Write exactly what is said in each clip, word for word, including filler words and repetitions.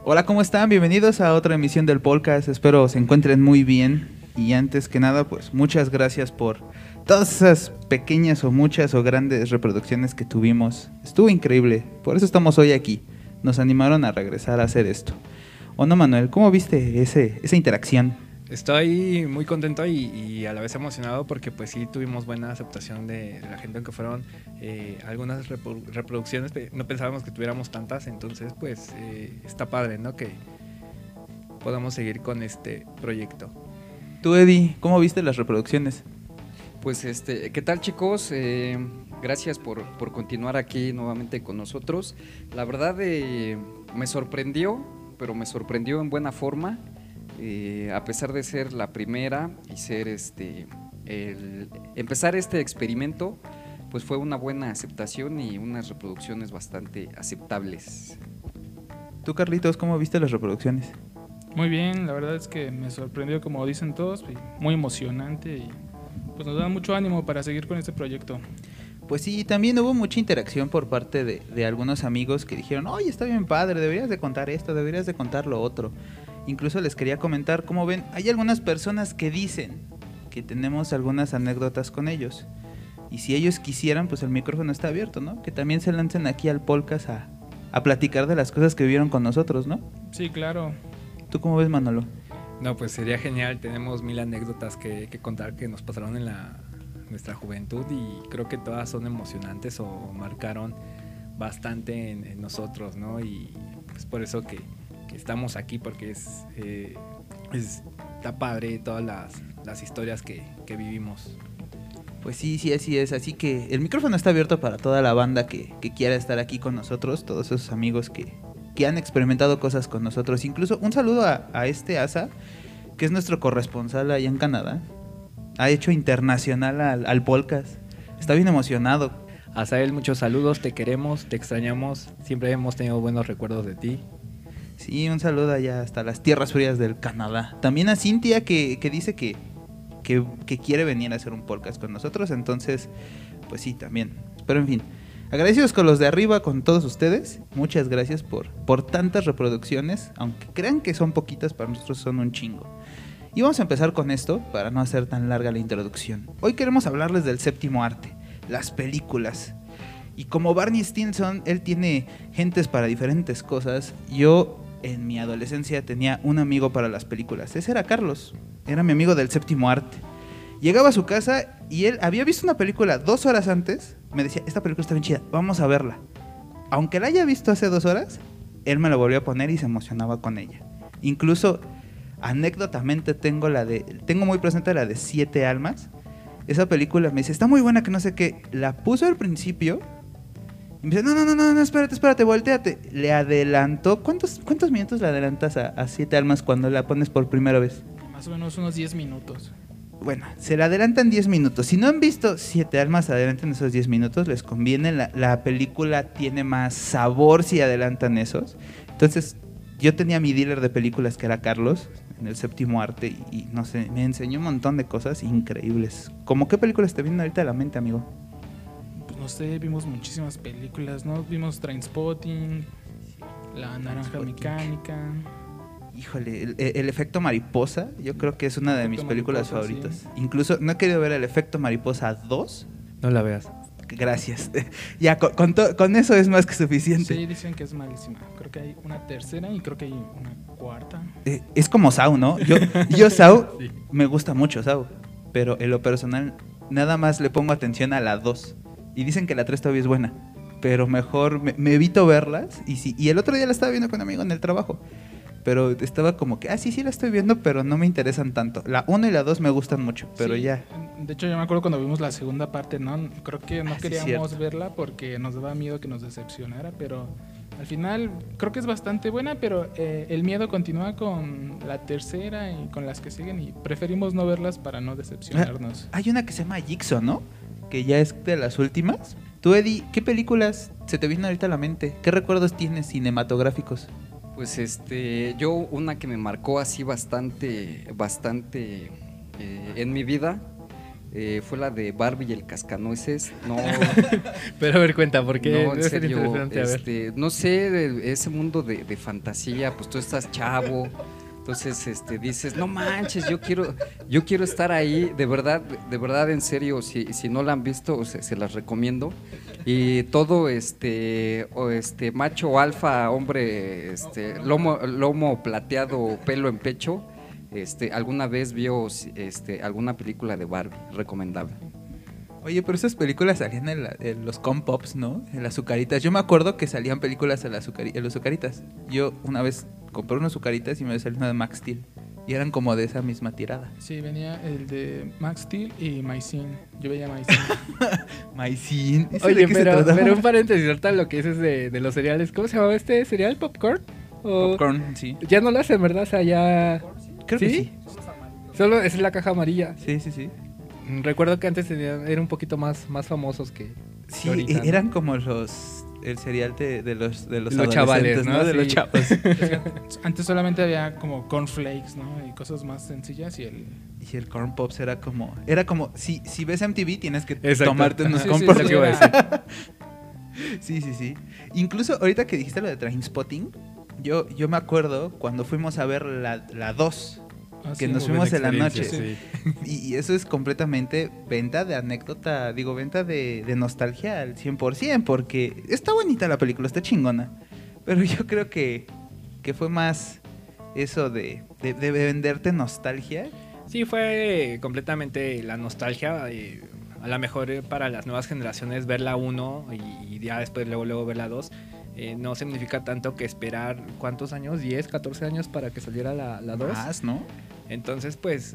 Hola, ¿cómo están? Bienvenidos a otra emisión del podcast. Espero se encuentren muy bien. Y antes que nada, pues muchas gracias por todas esas pequeñas o muchas o grandes reproducciones que tuvimos. Estuvo increíble. Por eso estamos hoy aquí. Nos animaron a regresar a hacer esto. ¿O no, Manuel? ¿Cómo viste ese, esa interacción? Estoy muy contento y, y a la vez emocionado porque pues sí tuvimos buena aceptación de, de la gente, aunque fueron eh, algunas reprodu- reproducciones, no pensábamos que tuviéramos tantas, entonces pues eh, está padre, ¿no? Que podamos seguir con este proyecto. Tú, Eddie, ¿cómo viste las reproducciones? Pues este, ¿qué tal, chicos? Eh, gracias por, por continuar aquí nuevamente con nosotros. La verdad eh, me sorprendió, pero me sorprendió en buena forma. Eh, a pesar de ser la primera y ser este el empezar este experimento, pues fue una buena aceptación y unas reproducciones bastante aceptables. Tú, Carlitos, ¿cómo viste las reproducciones? Muy bien, la verdad es que me sorprendió, como dicen todos, muy emocionante y pues nos da mucho ánimo para seguir con este proyecto. Pues sí, también hubo mucha interacción por parte de, de algunos amigos que dijeron, oye, está bien padre, deberías de contar esto, deberías de contar lo otro. Incluso les quería comentar, como ven, hay algunas personas que dicen que tenemos algunas anécdotas con ellos. Y si ellos quisieran, pues el micrófono está abierto, ¿no? Que también se lancen aquí al podcast a, a platicar de las cosas que vivieron con nosotros, ¿no? Sí, claro. ¿Tú cómo ves, Manolo? No, pues sería genial, tenemos mil anécdotas que, que contar que nos pasaron en la, nuestra juventud y creo que todas son emocionantes o marcaron bastante en, en nosotros, ¿no? Y pues por eso que estamos aquí, porque es, eh, es está padre todas las, las historias que, que vivimos. Pues sí, sí, así es. Así que el micrófono está abierto para toda la banda que, que quiera estar aquí con nosotros, todos esos amigos que, que han experimentado cosas con nosotros. Incluso un saludo a, a este Asa, que es nuestro corresponsal allá en Canadá. Ha hecho internacional al, al podcast. Está bien emocionado. Asael, muchos saludos, te queremos, te extrañamos, siempre hemos tenido buenos recuerdos de ti. Sí, un saludo allá hasta las tierras frías del Canadá. También a Cintia que, que dice que, que, que quiere venir a hacer un podcast con nosotros. Entonces, pues sí, también. Pero en fin, agradecidos con los de arriba, con todos ustedes. Muchas gracias por, por tantas reproducciones. Aunque crean que son poquitas, para nosotros son un chingo. Y vamos a empezar con esto, para no hacer tan larga la introducción. Hoy queremos hablarles del séptimo arte, las películas. Y como Barney Stinson, él tiene gentes para diferentes cosas. Yo en mi adolescencia tenía un amigo para las películas. Ese era Carlos, era mi amigo del séptimo arte. Llegaba a su casa y él había visto una película dos horas antes. Me decía, esta película está bien chida, vamos a verla. Aunque la haya visto hace dos horas, él me la volvió a poner y se emocionaba con ella. Incluso, anécdotamente, tengo la de tengo muy presente la de Siete Almas. Esa película me dice, está muy buena, que no sé qué. La puso al principio y me dice, no, no, no, no, no, espérate, espérate, volteate. Le adelantó, ¿cuántos, cuántos minutos le adelantas a, a Siete Almas cuando la pones por primera vez? Más o menos unos diez minutos. Bueno, se la adelantan diez minutos. Si no han visto Siete Almas, adelanten esos diez minutos, les conviene. La, la película tiene más sabor si adelantan esos. Entonces, yo tenía mi dealer de películas que era Carlos, en el séptimo arte, y, y no sé, me enseñó un montón de cosas increíbles. ¿Cómo qué películas te vienen ahorita a la mente, amigo? Pues no sé, vimos muchísimas películas, ¿no? Vimos Trainspotting, La Naranja Mecánica. Híjole, el, el efecto mariposa, yo creo que es una de mis películas favoritas. Sí. Incluso no he querido ver el efecto mariposa dos. No la veas. Gracias. Ya, con, con, to, con eso es más que suficiente. Sí, dicen que es malísima. Creo que hay una tercera y creo que hay una cuarta. Eh, es como Saw, ¿no? Yo, yo Saw, sí. Me gusta mucho Saw, pero en lo personal nada más le pongo atención a la dos. Y dicen que la tres todavía es buena, pero mejor me, me evito verlas. Y, si, y el otro día la estaba viendo con un amigo en el trabajo, pero estaba como que, ah, sí, sí la estoy viendo, pero no me interesan tanto. La uno y la dos me gustan mucho, pero sí, ya. De hecho, yo me acuerdo cuando vimos la segunda parte, ¿no? Creo que no ah, queríamos sí, verla porque nos daba miedo que nos decepcionara, pero al final creo que es bastante buena, pero eh, el miedo continúa con la tercera y con las que siguen y preferimos no verlas para no decepcionarnos. Ah, hay una que se llama Jigsaw, ¿no? Que ya es de las últimas. Tú, Eddie, ¿qué películas se te vienen ahorita a la mente? ¿Qué recuerdos tienes cinematográficos? Pues este, yo una que me marcó así bastante, bastante eh, en mi vida eh, fue la de Barbie y el cascanueces. No, Pero a ver, cuenta, ¿por qué? no, en Debe ser serio, interesante, a ver. este, no sé, de- ese mundo de, de fantasía, pues tú estás chavo, entonces este, dices, no manches, yo quiero, yo quiero estar ahí, de verdad, de verdad, en serio, si, si no la han visto, o sea, se las recomiendo. Y todo este, o este macho alfa, hombre, este, lomo, lomo plateado, pelo en pecho, este, alguna vez vio este, alguna película de Barbie, recomendable. Oye, pero esas películas salían en, la- en los Compops, ¿no? En las Azucaritas. Yo me acuerdo que salían películas en las Azucari- en los Azucaritas. Yo una vez compré unas Azucaritas y me salió una de Max Steel. Y eran como de esa misma tirada. Sí, venía el de Max Steel y Maicin. Yo veía Maicin. Maicin. ¿Ese Oye, de qué se pero, trataba? pero un paréntesis, ahorita lo que dices de, de los cereales. ¿Cómo se llamaba este cereal? ¿Popcorn? ¿O Popcorn, sí. ya no lo hacen, verdad? O sea, ya... Creo ¿Sí? que sí. Solo es la caja amarilla. Sí, sí, sí. Mm, Recuerdo que antes tenían, eran un poquito más, más famosos que, Sí, que ahorita, ¿no? eran como los... El cereal de, de los de los, Los chavales, adolescentes, ¿no? De los Sí. chavos. Es que antes solamente había como cornflakes, ¿no? Y cosas más sencillas y el... Y el Corn Pops era como... Era como... Si, si ves M T V tienes que Exacto. tomarte unos Sí, Corn sí, Pops. sí, Lo que iba a era- decir. Sí, sí, sí. Incluso ahorita que dijiste lo de Trainspotting, yo, yo me acuerdo cuando fuimos a ver la la dos. Ah, Que sí. nos Muy fuimos buena en la noche. experiencia, sí. Y, y eso es completamente venta de anécdota, digo, venta de, de nostalgia al cien por ciento, porque está bonita la película, está chingona. Pero yo creo que, que fue más eso de, de, de venderte nostalgia. Sí, fue completamente la nostalgia. eh, a lo mejor eh, para las nuevas generaciones ver la uno y, y ya después luego, luego ver la dos eh, no significa tanto que esperar, ¿cuántos años? diez, catorce años para que saliera la, la dos. Más, ¿no? Entonces, pues,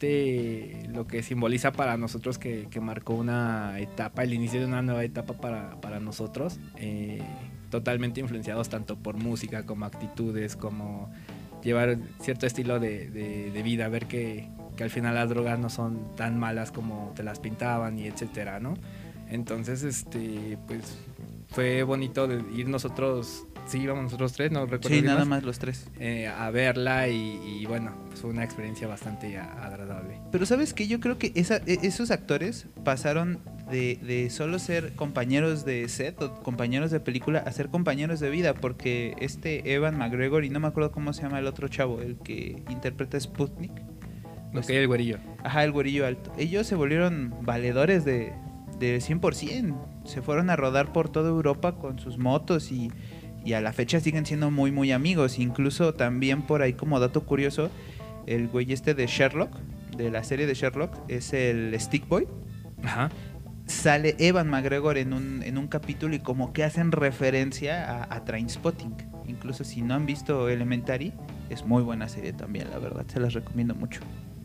aparte lo que simboliza para nosotros que, que marcó una etapa, el inicio de una nueva etapa para, para nosotros, eh, totalmente influenciados tanto por música como actitudes, como llevar cierto estilo de, de- de vida, ver que, que al final las drogas no son tan malas como te las pintaban y etcétera, ¿no? Entonces, este, pues, fue bonito de ir nosotros, sí íbamos nosotros tres, no recuerdo Sí, bien nada más, más los tres. eh, a verla y, y bueno, pues fue una experiencia bastante a- agradable. Pero ¿sabes qué? Yo creo que esa, e- esos actores pasaron de, de solo ser compañeros de set o compañeros de película a ser compañeros de vida, porque este Evan McGregor, y no me acuerdo cómo se llama el otro chavo, el que interpreta a Sputnik. Ok, el güerillo. Ajá, el güerillo alto. Ellos se volvieron valedores de, de cien por ciento. Se fueron a rodar por toda Europa con sus motos y, y a la fecha siguen siendo muy, muy amigos. Incluso también por ahí como dato curioso, el güey este de Sherlock, de la serie de Sherlock, es el Stick Boy. Ajá. Sale Evan McGregor en un, en un capítulo y como que hacen referencia a, a Trainspotting. Incluso si no han visto Elementary, es muy buena serie también, la verdad. Se las recomiendo mucho.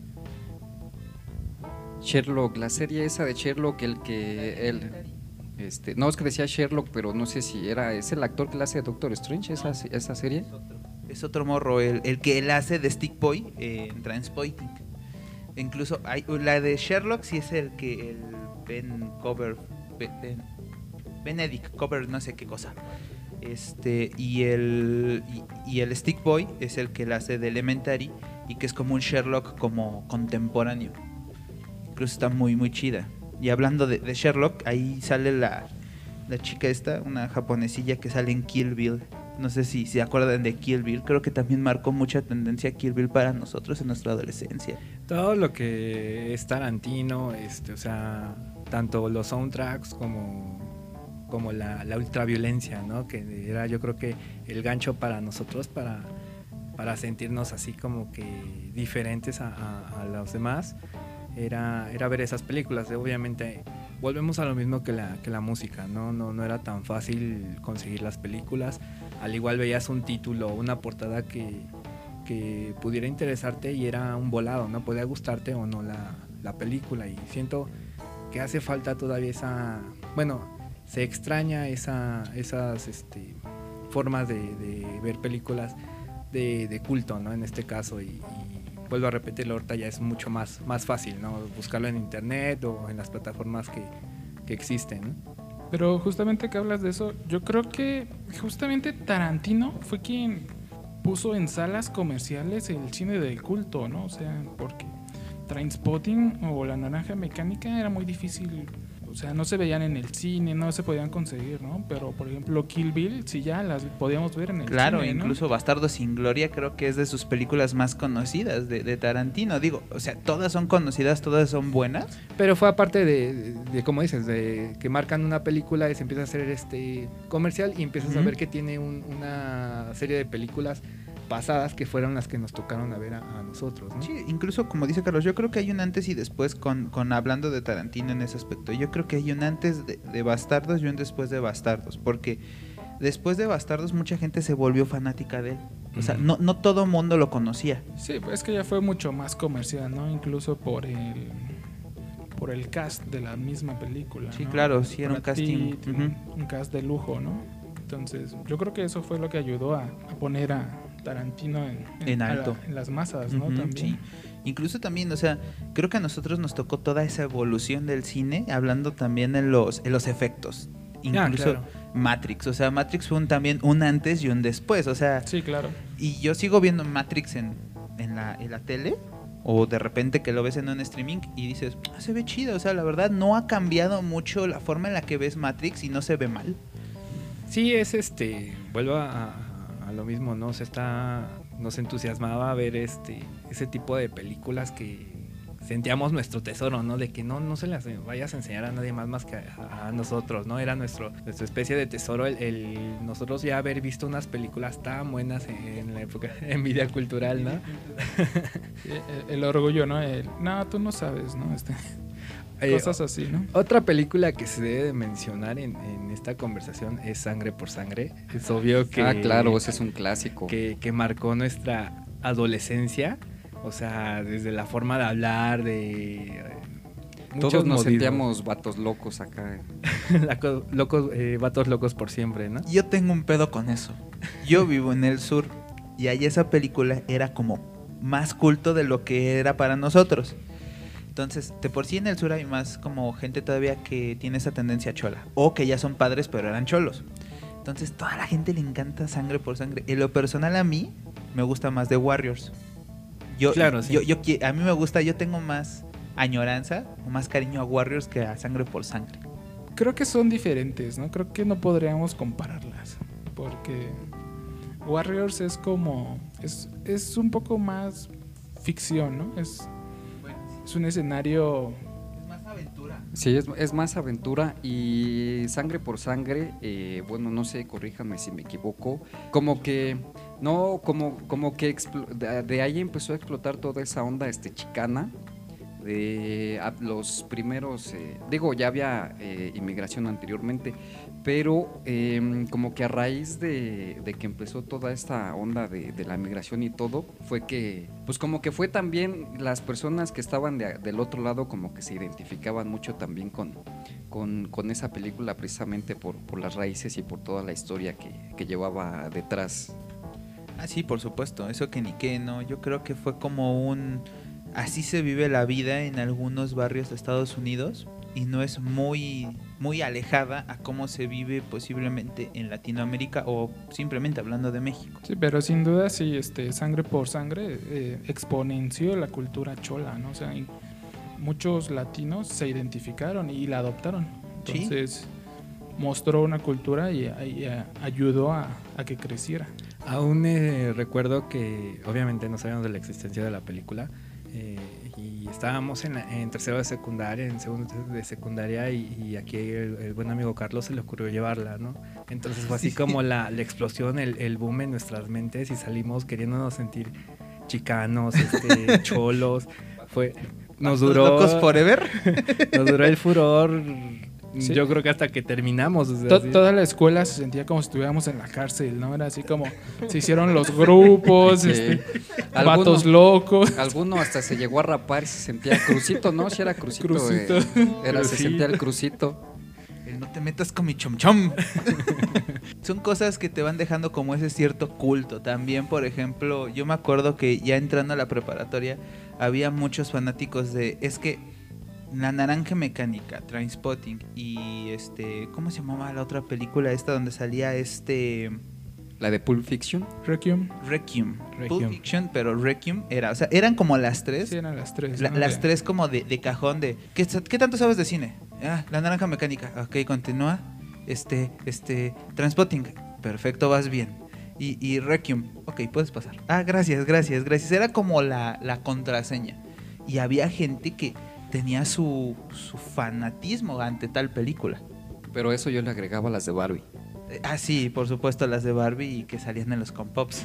Sherlock, la serie esa de Sherlock, el que él, este, no es que decía Sherlock, pero no sé si era, es el actor que le hace de Doctor Strange, esa, esa serie. Es otro morro, el, el que él hace de Stick Boy eh, en Trainspotting. Incluso hay, la de Sherlock sí es el que el Ben Cover, Ben, Ben- Benedict Cover, no sé qué cosa. Este, y el y, y el Stick Boy es el que él hace de Elementary y que es como un Sherlock como contemporáneo. Incluso está muy muy chida. Y hablando de, de Sherlock, ahí sale la, la chica esta, una japonesilla que sale en Kill Bill. No sé si se acuerdan de Kill Bill. Creo que también marcó mucha tendencia Kill Bill para nosotros en nuestra adolescencia. Todo lo que es Tarantino, este, o sea, tanto los soundtracks como, como la, la ultraviolencia, ¿no? Que era, yo creo que el gancho para nosotros para, para sentirnos así como que diferentes a, a- a los demás. Era, era ver esas películas. Obviamente volvemos a lo mismo que la, que la música, ¿no? No, no era tan fácil conseguir las películas. Al igual veías un título, una portada que, que pudiera interesarte y era un volado, ¿no? Podía gustarte o no la, la película. Y siento que hace falta todavía esa... Bueno, se extraña esa, esas este, formas de, de ver películas de, de culto, ¿no? En este caso. Y, y vuelvo a repetirlo, ahorita ya es mucho más, más fácil, ¿no? Buscarlo en internet o en las plataformas que, que existen, ¿no? Pero justamente que hablas de eso, yo creo que justamente Tarantino fue quien puso en salas comerciales el cine del culto, ¿no? O sea, porque Trainspotting o La Naranja Mecánica era muy difícil. O sea, no se veían en el cine, no se podían conseguir, ¿no? Pero, por ejemplo, Kill Bill, sí ya las podíamos ver en el claro, cine, ¿no? incluso Bastardo sin Gloria creo que es de sus películas más conocidas de, de Tarantino. Digo, o sea, todas son conocidas, todas son buenas. Pero fue aparte de, de, de como dices, de que marcan una película y se empieza a hacer este comercial y empiezas uh-huh. a ver que tiene un, una serie de películas pasadas que fueron las que nos tocaron a ver a, a nosotros, ¿no? Sí, incluso como dice Carlos, yo creo que hay un antes y después con, con hablando de Tarantino en ese aspecto. Yo creo que hay un antes de, de Bastardos y un después de Bastardos, porque después de Bastardos mucha gente se volvió fanática de él. O sea, no, no todo mundo lo conocía. Sí, pues es que ya fue mucho más comercial, ¿no? Incluso por el por el cast de la misma película, Sí, ¿no? claro, sí, era un casting. Pitt, uh-huh. Un cast de lujo, ¿no? Entonces, yo creo que eso fue lo que ayudó a, a poner a Tarantino en, en, en alto, la, en las masas, ¿no? Uh-huh, también. Sí. Incluso también, o sea, creo que a nosotros nos tocó toda esa evolución del cine, hablando también en los, en los efectos. Incluso ah, claro. Matrix, o sea, Matrix fue un, también un antes y un después, o sea. Sí, claro. Y yo sigo viendo Matrix en, en, la, en la tele, o de repente que lo ves en un streaming y dices, ah, se ve chido, o sea, la verdad no ha cambiado mucho la forma en la que ves Matrix y no se ve mal. Sí, es este, vuelvo a, a lo mismo, ¿no? Se está, nos entusiasmaba ver este, ese tipo de películas que sentíamos nuestro tesoro, ¿no? De que no, no se las vayas a enseñar a nadie más más que a, a nosotros, ¿no? Era nuestro, nuestra especie de tesoro el, el nosotros ya haber visto unas películas tan buenas en, en la época de envidia cultural, ¿no? el, el orgullo, ¿no? El, no, tú no sabes, ¿no? Este... Cosas así, ¿no? Otra película que se debe de mencionar en, en esta conversación es Sangre por Sangre. Es obvio que... Ah, claro, ese es un clásico. Que, que marcó nuestra adolescencia. O sea, desde la forma de hablar, de... Todos nos modismos. sentíamos vatos locos acá. locos, eh, vatos locos por siempre, ¿no? Yo tengo un pedo con eso. Yo vivo en el sur y ahí esa película era como más culto de lo que era para nosotros. Entonces, de por sí en el sur hay más como gente todavía que tiene esa tendencia chola. O que ya son padres pero eran cholos. Entonces, toda la gente le encanta Sangre por Sangre. En lo personal a mí, me gusta más The Warriors. Yo, claro, sí. yo, yo, a mí me gusta, yo tengo más añoranza o más cariño a Warriors que a Sangre por Sangre. Creo que son diferentes, ¿no? Creo que no podríamos compararlas. Porque Warriors es como... Es, es un poco más ficción, ¿no? Es... Es un escenario... Es más aventura. Sí, es, es más aventura. Y Sangre por Sangre, eh, bueno, no sé, corríjanme si me equivoco. Como que, no, como, como que expl- de, de ahí empezó a explotar toda esa onda este, chicana. De a, los primeros, eh, digo, ya había eh, inmigración anteriormente, pero eh, como que a raíz de, de que empezó toda esta onda de, de la migración y todo, fue que, pues como que fue también las personas que estaban de, del otro lado como que se identificaban mucho también con, con, con esa película precisamente por, por las raíces y por toda la historia que, que llevaba detrás. Ah, sí, por supuesto, eso que ni qué, ¿no? Yo creo que fue como un... Así se vive la vida en algunos barrios de Estados Unidos y no es muy, muy alejada a cómo se vive posiblemente en Latinoamérica o simplemente hablando de México. Sí, pero sin duda sí, este, Sangre por Sangre eh, exponenció la cultura chola, ¿no? O sea, muchos latinos se identificaron y la adoptaron. Entonces ¿sí? Mostró una cultura y, y a, ayudó a, a que creciera. Aún eh, recuerdo que obviamente no sabíamos de la existencia de la película. Eh, y estábamos en, la, en tercero de secundaria, en segundo de secundaria y, y aquí el, el buen amigo Carlos se le ocurrió llevarla, ¿no? Entonces fue así sí. como la, la explosión, el, el boom en nuestras mentes y salimos queriéndonos sentir chicanos, este, cholos. Fue, nos duró... ¿Locos forever? Nos duró el furor... Sí. Yo creo que hasta que terminamos. O sea, to- toda la escuela se sentía como si estuviéramos en la cárcel, ¿no? Era así como se hicieron los grupos, sí. este, vatos locos. Alguno hasta se llegó a rapar y se sentía crucito, ¿no? Si era crucito. Crucito. Eh, era, crucito. Se sentía el crucito. El no te metas con mi chom chom. Son cosas que te van dejando como ese cierto culto. También, por ejemplo, yo me acuerdo que ya entrando a la preparatoria había muchos fanáticos de... Es que La Naranja Mecánica, Trainspotting y este, ¿cómo se llamaba la otra película esta donde salía este ¿La de Pulp Fiction? Requiem. Requiem. Requiem. Pulp Fiction, pero Requiem era, o sea, eran como las tres. Sí, eran las tres. La- ¿no? las De- tres como de, de cajón de ¿qué, ¿qué tanto sabes de cine? Ah, La Naranja Mecánica. Ok, continúa. Este, este, Transpotting. Perfecto, vas bien. Y, y Requiem. Ok, puedes pasar. Ah, gracias, gracias, gracias. Era como la, la contraseña. Y había gente que tenía su, su fanatismo ante tal película. Pero eso yo le agregaba a las de Barbie. Eh, Ah, sí, por supuesto, las de Barbie y que salían en los compops.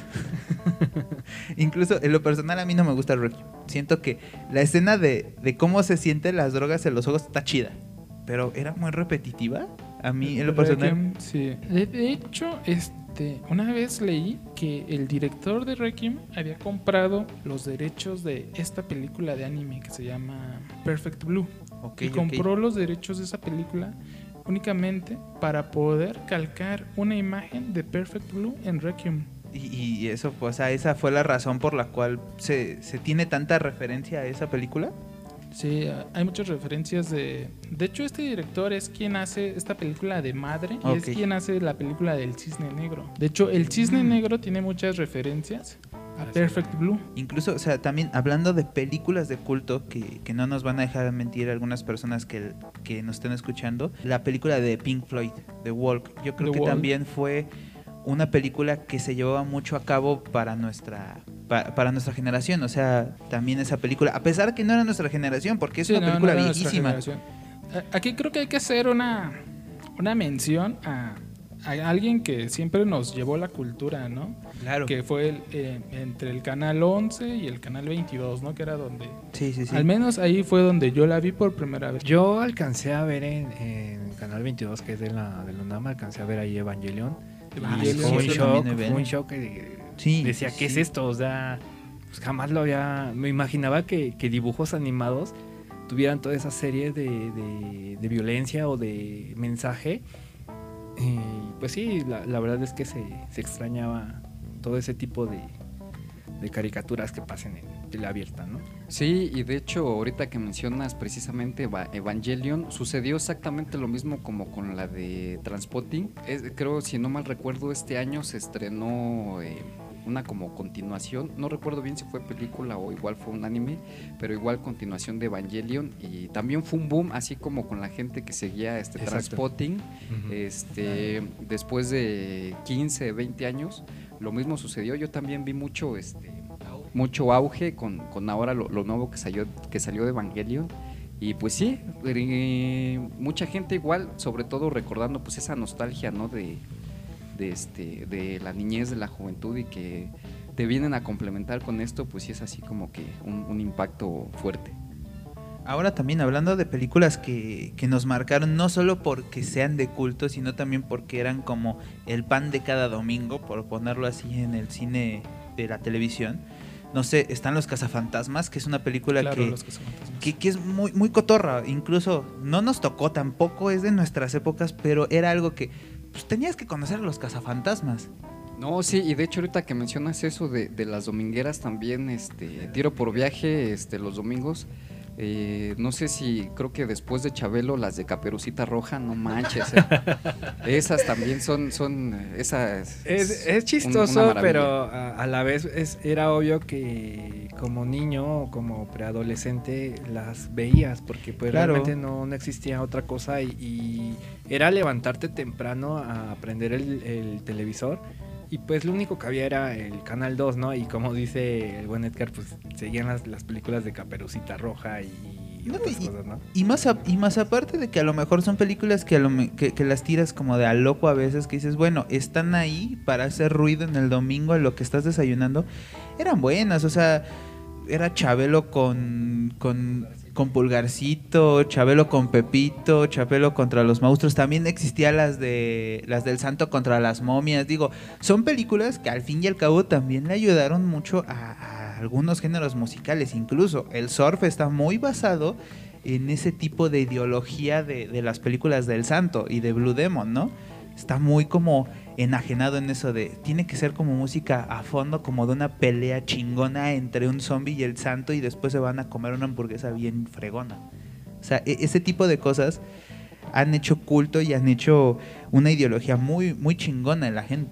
Incluso en lo personal a mí no me gusta Requiem. Siento que la escena de, de cómo se sienten las drogas en los ojos está chida, pero era muy repetitiva. A mí en lo personal... Requiem, sí. De, de hecho, este, una vez leí que el director de Requiem había comprado los derechos de esta película de anime que se llama Perfect Blue. Ok, y ok. compró los derechos de esa película únicamente para poder calcar una imagen de Perfect Blue en Requiem. Y, y eso, pues, o sea, esa fue la razón por la cual se, se tiene tanta referencia a esa película. Sí, hay muchas referencias de... De hecho, este director es quien hace esta película de Madre y Ok. es quien hace la película del Cisne Negro. De hecho, el Cisne Mm. Negro tiene muchas referencias a Así Perfect Blue. Incluso, o sea, también hablando de películas de culto, que, que no nos van a dejar mentir algunas personas que, que nos estén escuchando, la película de Pink Floyd, The Walk, yo creo The que Wall. también fue una película que se llevaba mucho a cabo para nuestra pa- para nuestra generación, o sea, también esa película, a pesar que no era nuestra generación, porque es Sí, una no, película no era nuestra viejísima. generación. A- Aquí creo que hay que hacer una, una mención a, a alguien que siempre nos llevó la cultura, ¿no? Claro. Que fue el, eh, entre el canal once y el canal veintidós, ¿no? Que era donde... Sí, sí, sí. Al menos ahí fue donde yo la vi por primera vez. Yo alcancé a ver en, en Canal veintidós, que es de la, de la UNAM, alcancé a ver ahí Evangelion. Evangelion, Y fue un sí, shock, también fue ven. un shock que Sí, decía, sí, ¿qué es sí. esto? O sea, pues jamás lo había... Me imaginaba que, que dibujos animados tuvieran toda esa serie de, de, de violencia o de mensaje. Y pues sí, la, la verdad es que se, se extrañaba todo ese tipo de, de caricaturas que pasen en tele abierta, ¿no? Sí, y de hecho ahorita que mencionas precisamente Eva- Evangelion, sucedió exactamente lo mismo como con la de Transpotting. Es- creo, si no mal recuerdo, este año se estrenó eh, una como continuación, no recuerdo bien si fue película o igual fue un anime, pero igual continuación de Evangelion, y también fue un boom, así como con la gente que seguía este Exacto. Transpotting. Ujú. Este, después de quince, veinte años, lo mismo sucedió. Yo también vi mucho este mucho auge con, con ahora lo, lo nuevo que salió que salió de Evangelion, y pues sí, eh, mucha gente igual, sobre todo recordando pues esa nostalgia, ¿no? de, de este de la niñez, de la juventud, y que te vienen a complementar con esto, pues sí es así como que un, un impacto fuerte. Ahora también hablando de películas que, que nos marcaron, no solo porque sean de culto, sino también porque eran como el pan de cada domingo, por ponerlo así, en el cine de la televisión. No sé, están Los Cazafantasmas, que es una película Claro, que, los cazafantasmas. que, que es muy, muy cotorra. Incluso no nos tocó, tampoco es de nuestras épocas, pero era algo que pues, tenías que conocer a los cazafantasmas. No, sí, y de hecho ahorita que mencionas eso de, de las domingueras también, este, tiro por viaje, este, los domingos, eh, no sé si, creo que después de Chabelo, las de Caperucita Roja, no manches, eh. Esas también son, son, esas... Es, es un- una chistoso, maravilla. pero a, a la vez es, era obvio que como niño o como preadolescente las veías, porque pues Claro. realmente no, no existía otra cosa, y, y era levantarte temprano a prender el, el televisor, y pues lo único que había era el Canal dos, ¿no? Y como dice el buen Edgar, pues seguían las, las películas de Caperucita Roja y, y No, otras y- cosas, ¿no? Y más, a- y más aparte de que a lo mejor son películas que, a lo me- que, que las tiras como de a loco a veces, que dices, bueno, están ahí para hacer ruido en el domingo a lo que estás desayunando, eran buenas, o sea, era Chabelo con, con, con Pulgarcito, Chabelo con Pepito, Chabelo contra los monstruos, también existían las de las del Santo contra las momias, digo, son películas que al fin y al cabo también le ayudaron mucho a, a algunos géneros musicales, incluso el surf está muy basado en ese tipo de ideología de, de las películas del Santo y de Blue Demon, ¿no? Está muy como enajenado en eso de, tiene que ser como música a fondo, como de una pelea chingona entre un zombie y el Santo, y después se van a comer una hamburguesa bien fregona. O sea, e- ese tipo de cosas han hecho culto y han hecho una ideología muy, muy chingona en la gente.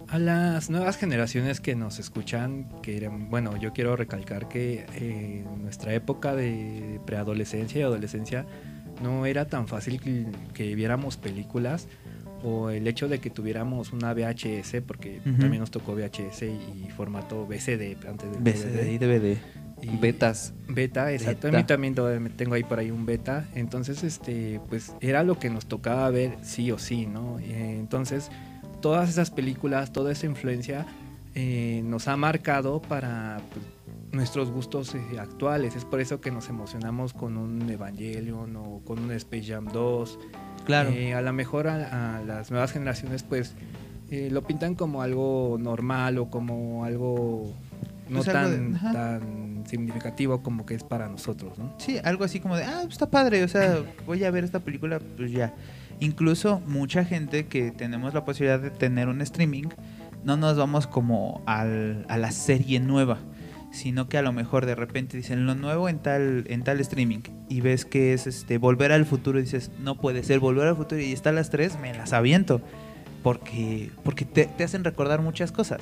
A las nuevas generaciones que nos escuchan, que eran, bueno, yo quiero recalcar que eh, en nuestra época de preadolescencia y adolescencia no era tan fácil que, que viéramos películas, o el hecho de que tuviéramos una V H S, porque Uh-huh. también nos tocó V H S y, y formato V C D antes del B C D y D V D. Y Betas. Beta, exacto. Beta. A mí también todavía me tengo ahí por ahí un beta. Entonces, este, pues era lo que nos tocaba ver sí o sí, ¿no? Eh, entonces, todas esas películas, toda esa influencia eh, nos ha marcado para pues, nuestros gustos eh, actuales. Es por eso que nos emocionamos con un Evangelion o con un Space Jam dos. Claro. Eh, a lo mejor a, a las nuevas generaciones, pues, eh, lo pintan como algo normal o como algo no Pues algo tan, de- ajá. tan significativo como que es para nosotros, ¿no? Sí, algo así como de, ah, está padre, o sea, voy a ver esta película, pues ya. Incluso mucha gente que tenemos la posibilidad de tener un streaming, no nos vamos como al, a la serie nueva, sino que a lo mejor de repente dicen lo nuevo en tal, en tal streaming y ves que es este Volver al Futuro y dices, no puede ser Volver al Futuro y está a las tres, me las aviento, porque, porque te, te hacen recordar muchas cosas.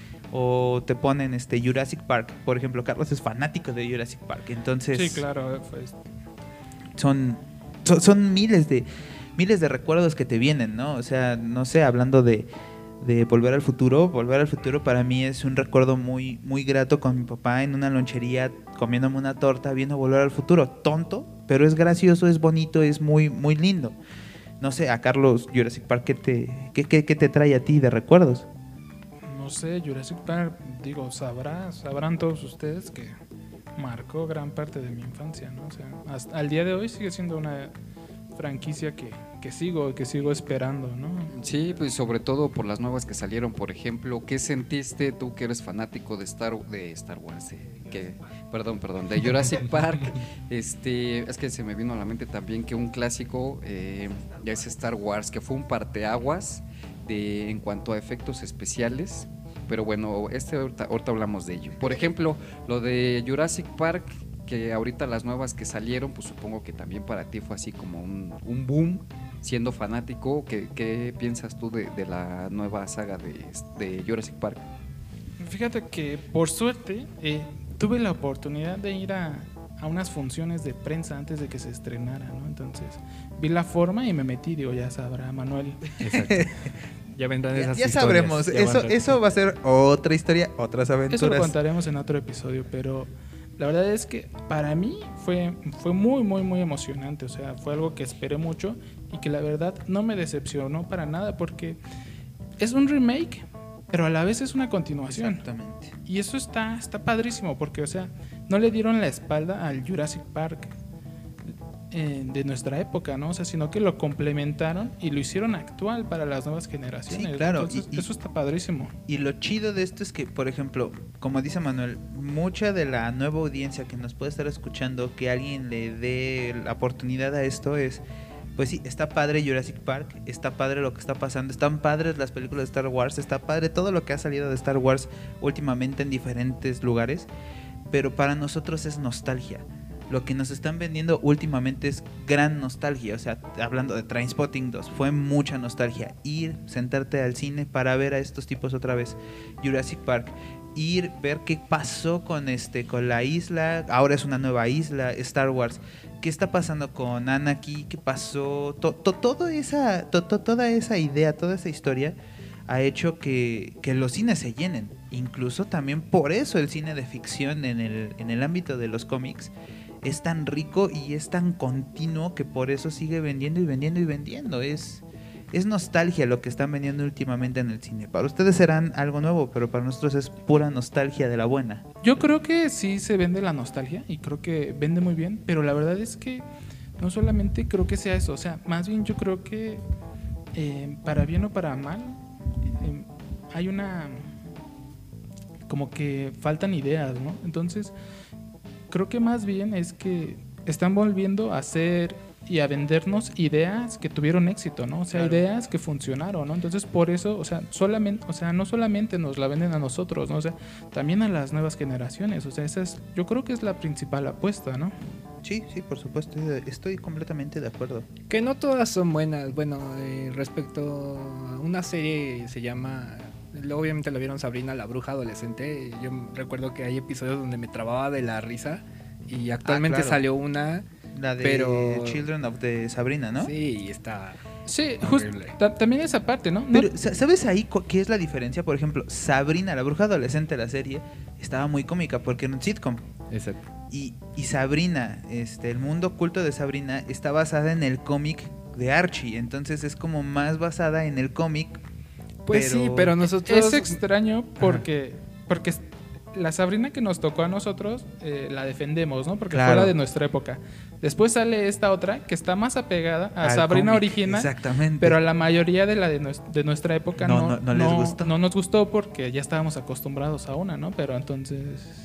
O te ponen este Jurassic Park, por ejemplo, Carlos es fanático de Jurassic Park, entonces Sí, claro, pues, son, son, son miles de miles de recuerdos que te vienen, ¿no? O sea, no sé, hablando de, de Volver al Futuro, Volver al Futuro para mí es un recuerdo muy, muy grato con mi papá en una lonchería comiéndome una torta viendo Volver al Futuro. Tonto, pero es gracioso, es bonito, es muy, muy lindo. No sé, a Carlos, Jurassic Park, ¿qué te, qué, qué, qué te trae a ti de recuerdos? no sé, Jurassic Park, digo, sabrá, sabrán todos ustedes que marcó gran parte de mi infancia, ¿no? O sea, hasta al día de hoy sigue siendo una franquicia que, que sigo, que sigo esperando, ¿no? Sí, pues sobre todo por las nuevas que salieron, por ejemplo, ¿qué sentiste tú que eres fanático de Star de Star Wars? eh, que, perdón, perdón, de Jurassic Park. Este, es que se me vino a la mente también que un clásico eh, ya es Star Wars, que fue un parteaguas de en cuanto a efectos especiales. Pero bueno, este ahorita, ahorita hablamos de ello. Por ejemplo, lo de Jurassic Park, que ahorita las nuevas que salieron, pues supongo que también para ti fue así como un, un boom, siendo fanático. ¿Qué, qué piensas tú de, de la nueva saga de, de Jurassic Park? Fíjate que por suerte eh, tuve la oportunidad de ir a, a unas funciones de prensa antes de que se estrenara, ¿no? Entonces vi la forma y me metí, digo, ya sabrá Manuel. Exacto. Ya vendrán Ya, esas ya historias, sabremos, ya eso, vendrán. eso va a ser otra historia, otras Eso lo aventuras. contaremos en otro episodio, pero la verdad es que para mí fue, fue muy, muy, muy emocionante. O sea, fue algo que esperé mucho y que la verdad no me decepcionó para nada porque es un remake, pero a la vez es una continuación. Exactamente. Y eso está, está padrísimo porque, o sea, no le dieron la espalda al Jurassic Park eh, de nuestra época, ¿no? O sea, sino que lo complementaron y lo hicieron actual para las nuevas generaciones. Sí, claro, Entonces, y- y- eso está padrísimo. Y lo chido de esto es que, por ejemplo, como dice Manuel, mucha de la nueva audiencia que nos puede estar escuchando, que alguien le dé la oportunidad a esto es, pues sí, está padre Jurassic Park, está padre lo que está pasando, están padres las películas de Star Wars, está padre todo lo que ha salido de Star Wars últimamente en diferentes lugares, pero para nosotros es nostalgia. Lo que nos están vendiendo últimamente es gran nostalgia. O sea, hablando de Trainspotting dos, fue mucha nostalgia. Ir, sentarte al cine para ver a estos tipos otra vez. Jurassic Park, ir, ver qué pasó con este, con la isla. Ahora es una nueva isla. Star Wars, qué está pasando con Anakin, qué pasó. To, to, todo esa, to, to, toda esa idea, toda esa historia ha hecho que, que los cines se llenen. Incluso también por eso el cine de ficción en el, en el ámbito de los cómics es tan rico y es tan continuo que por eso sigue vendiendo y vendiendo y vendiendo. Es, es nostalgia lo que están vendiendo últimamente en el cine. Para ustedes serán algo nuevo, pero para nosotros es pura nostalgia de la buena. Yo creo que sí se vende la nostalgia y creo que vende muy bien, pero la verdad es que no solamente creo que sea eso, o sea, más bien yo creo que eh, para bien o para mal eh, hay una, como que faltan ideas, ¿no? Entonces creo que más bien es que están volviendo a hacer y a vendernos ideas que tuvieron éxito, ¿no? O sea, Claro. ideas que funcionaron, ¿no? Entonces, por eso, o sea, solamente, o sea, no solamente nos la venden a nosotros, ¿no? O sea, también a las nuevas generaciones. O sea, esa es, yo creo que es la principal apuesta, ¿no? Sí, sí, por supuesto, estoy completamente de acuerdo. Que no todas son buenas. Bueno, eh, respecto a una serie se llama obviamente lo vieron Sabrina, la bruja adolescente. Yo recuerdo que hay episodios donde me trababa de la risa y actualmente Ah, claro. salió una, La de pero Children of the Sabrina, ¿no? sí, y está Sí, justo. horrible. También esa parte, ¿no? No- Pero, sa- ¿sabes ahí cu- qué es la diferencia? Por ejemplo, Sabrina, la bruja adolescente, la serie, estaba muy cómica porque era un sitcom. Exacto. Y, y Sabrina, este, el mundo oculto de Sabrina está basada en el cómic de Archie. Entonces es como más basada en el cómic. Pues pero- sí, pero nosotros Es extraño porque, porque la Sabrina que nos tocó a nosotros eh, la defendemos, ¿no? Porque Claro. fue la de nuestra época. Después sale esta otra que está más apegada a al Sabrina cómic, original, Exactamente. pero a la mayoría de la de, nues- de nuestra época No, no, no- no les gustó. no nos gustó porque ya estábamos acostumbrados a una, ¿no? Pero entonces,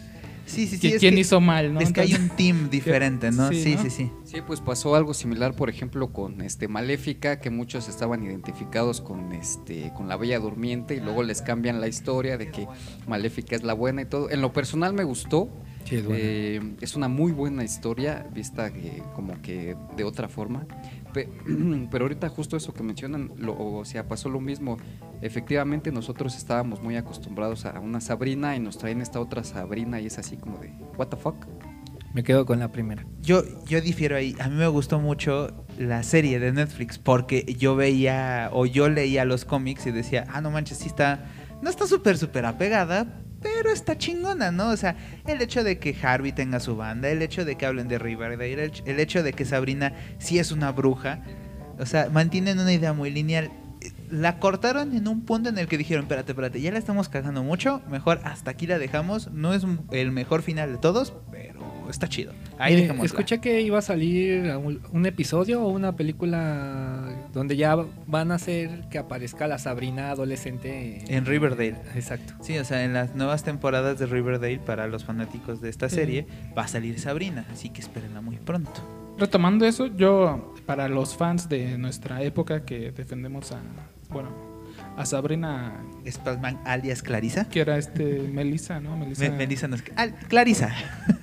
sí, sí, sí. ¿qui- es ¿quién que- hizo mal, no? Es que hay Entonces- un team diferente, ¿no? Sí, Sí, ¿no? sí, sí. Sí, pues pasó algo similar, por ejemplo, con este Maléfica, que muchos estaban identificados con este con la Bella Durmiente y luego les cambian la historia de que Maléfica es la buena y todo. En lo personal me gustó. Sí, es buena. Eh, es una muy buena historia vista que, como que de otra forma. Pe- pero ahorita justo eso que mencionan, lo, o sea, pasó lo mismo. Efectivamente nosotros estábamos muy acostumbrados a una Sabrina y nos traen esta otra Sabrina y es así como de what the fuck. Me quedo con la primera. Yo, yo difiero ahí. A mí me gustó mucho la serie de Netflix porque yo veía o yo leía los cómics y decía, ah, no manches, sí está, no está súper, súper apegada, pero está chingona, ¿no? O sea, el hecho de que Harvey tenga su banda, el hecho de que hablen de Riverdale, el, el hecho de que Sabrina sí es una bruja, o sea, mantienen una idea muy lineal. La cortaron en un punto en el que dijeron, espérate, espérate, ya la estamos cagando mucho, mejor hasta aquí la dejamos, no es el mejor final de todos, pero está chido. Ahí Eh, dejémosla. escuché que iba a salir un, un episodio o una película donde ya van a hacer que aparezca la Sabrina adolescente En Riverdale. Exacto. Sí, o sea, en las nuevas temporadas de Riverdale, para los fanáticos de esta Sí. serie, va a salir Sabrina, así que espérenla muy pronto. Retomando eso, yo, para los fans de nuestra época que defendemos a, bueno, a Sabrina, Spellman alias Clarisa. que era este Melissa, ¿no? Melissa. Me, Melissa nos- al- Clarisa.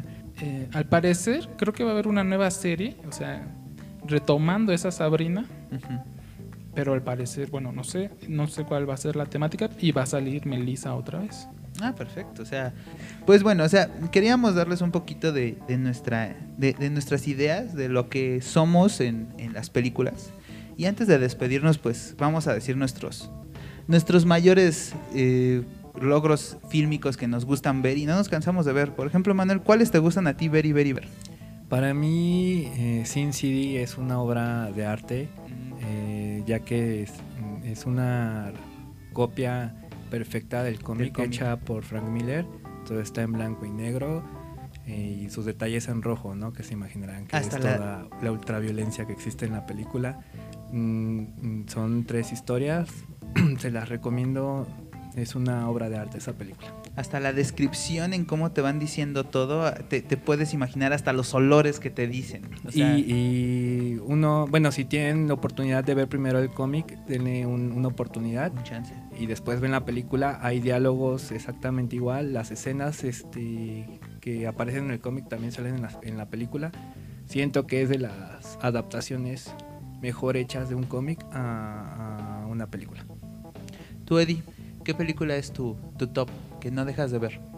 Eh, al parecer, creo que va a haber una nueva serie, o sea, retomando esa Sabrina, Ujú. pero al parecer, bueno, no sé, no sé cuál va a ser la temática y va a salir Melissa otra vez. Ah, perfecto. O sea, pues bueno, o sea, queríamos darles un poquito de, de nuestra, de, de nuestras ideas, de lo que somos en, en las películas. Y antes de despedirnos, pues vamos a decir nuestros, nuestros mayores eh, logros fílmicos que nos gustan ver y no nos cansamos de ver. Por ejemplo, Manuel, ¿cuáles te gustan a ti ver y ver y ver? Para mí, eh, Sin City es una obra de arte, eh, ya que es, es una copia perfecta del cómic cómic. hecha por Frank Miller. Todo está en blanco y negro eh, y sus detalles en rojo, ¿no? Que se imaginarán que Hasta es la- toda la ultraviolencia que existe en la película. Mm, mm, son tres historias, se las recomiendo. Es una obra de arte esa película. Hasta la descripción en cómo te van diciendo todo, te, te puedes imaginar hasta los olores que te dicen. O sea, y, y uno, bueno, si tienen la oportunidad de ver primero el cómic, denle un- una oportunidad un chance. y después ven la película. Hay diálogos exactamente igual, las escenas este, que aparecen en el cómic también salen en la, en la película. Siento que es de las adaptaciones mejor hechas de un cómic a, a una película. Tú, Eddie, ¿qué película es tu, tu top que no dejas de ver?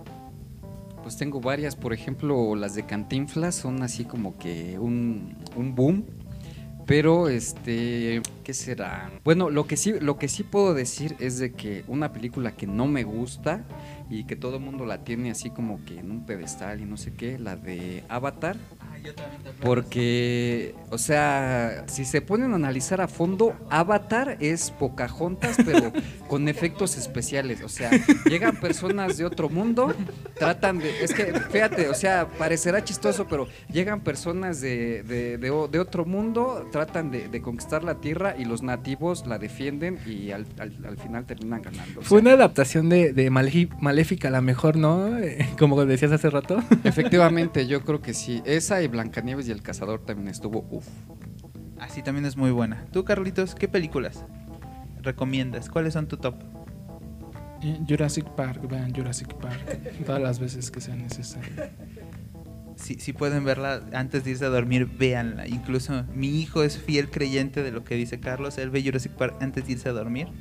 Pues tengo varias, por ejemplo, las de Cantinflas son así como que un, un boom. Pero este, ¿qué será? Bueno, lo que sí, lo que sí puedo decir es de que una película que no me gusta y que todo el mundo la tiene así como que en un pedestal y no sé qué, la de Avatar. Porque, o sea, si se ponen a analizar a fondo, Avatar es Pocahontas, pero con efectos especiales. O sea, llegan personas de otro mundo, tratan de... Es que, fíjate, o sea, parecerá chistoso, pero llegan personas de, de, de, o- de otro mundo, tratan de, de conquistar la Tierra y los nativos la defienden y al, al, al final terminan ganando. O Fue sea, una adaptación de, de Malefi- Maléfica, la mejor, ¿no? Eh, Como decías hace rato. efectivamente, yo creo que sí. Esa y Blancanieves y el Cazador también estuvo uff. Así también es muy buena. Tú, Carlitos, ¿qué películas recomiendas? ¿Cuáles son tu top? Eh, Jurassic Park, vean Jurassic Park todas las veces que sea necesario. Si, si pueden verla antes de irse a dormir, véanla. Incluso mi hijo es fiel creyente de lo que dice Carlos. Él ve Jurassic Park antes de irse a dormir.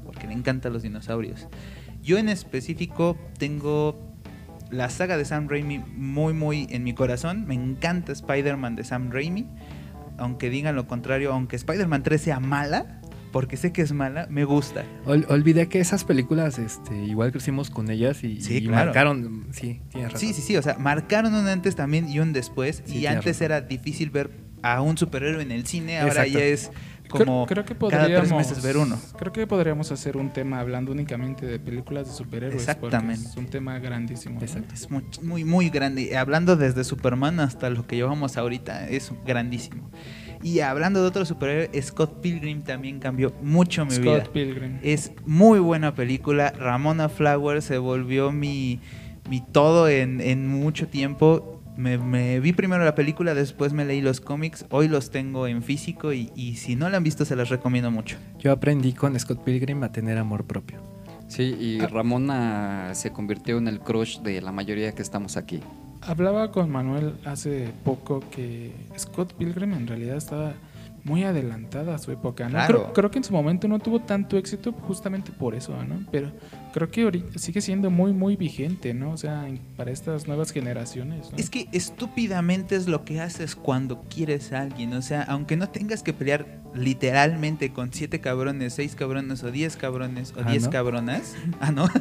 porque le encantan los dinosaurios. Yo en específico tengo la saga de Sam Raimi muy muy en mi corazón. Me encanta Spider-Man de Sam Raimi, aunque digan lo contrario, aunque Spider-Man tres sea mala, porque sé que es mala, me gusta. Ol- olvidé que esas películas, este, igual crecimos con ellas y, Sí, y claro. marcaron, sí, tienes razón. Sí, sí, sí, o sea, marcaron un antes también y un después. Sí, y tienes antes razón. era difícil ver a un superhéroe en el cine, ahora Exacto. ya es como creo, creo que cada tres podríamos, meses ver uno. Creo que podríamos hacer un tema hablando únicamente de películas de superhéroes. Exactamente. Porque es un tema grandísimo. ¿no? Exacto. Es muy, muy, muy grande. Hablando desde Superman hasta lo que llevamos ahorita, es grandísimo. Y hablando de otro superhéroe, Scott Pilgrim también cambió mucho mi vida. Scott Pilgrim. Es muy buena película. Ramona Flowers se volvió mi, mi todo en, en mucho tiempo. Me, me vi primero la película, después me leí los cómics. Hoy los tengo en físico y, y si no la han visto se las recomiendo mucho. Yo aprendí con Scott Pilgrim a tener amor propio. Sí, y Ah. Ramona se convirtió en el crush de la mayoría que estamos aquí. Hablaba con Manuel hace poco que Scott Pilgrim en realidad estaba muy adelantada a su época, ¿no? Claro. Creo, creo que en su momento no tuvo tanto éxito justamente por eso, ¿no? Pero creo que ahorita sigue siendo muy, muy vigente, ¿no? O sea, en- para estas nuevas generaciones, ¿no? Es que estúpidamente es lo que haces cuando quieres a alguien. O sea, aunque no tengas que pelear literalmente con siete cabrones, seis cabrones o diez cabrones o Ah, diez ¿no? cabronas. Ah, ¿no?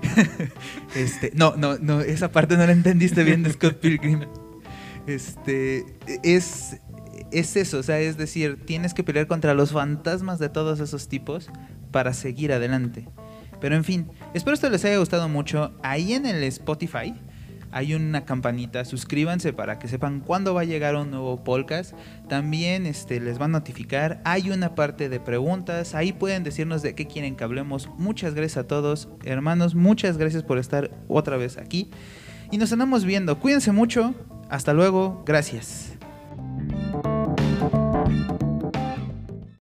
este, no, no, no, esa parte no la entendiste bien de Scott Pilgrim. Este, es, es eso, o sea, es decir, tienes que pelear contra los fantasmas de todos esos tipos para seguir adelante. Pero en fin, espero esto les haya gustado mucho. Ahí en el Spotify hay una campanita, suscríbanse para que sepan cuándo va a llegar un nuevo podcast. También este, les va a notificar. Hay una parte de preguntas, ahí pueden decirnos de qué quieren que hablemos. Muchas gracias a todos, hermanos, muchas gracias por estar otra vez aquí. Y nos andamos viendo, cuídense mucho, hasta luego, gracias.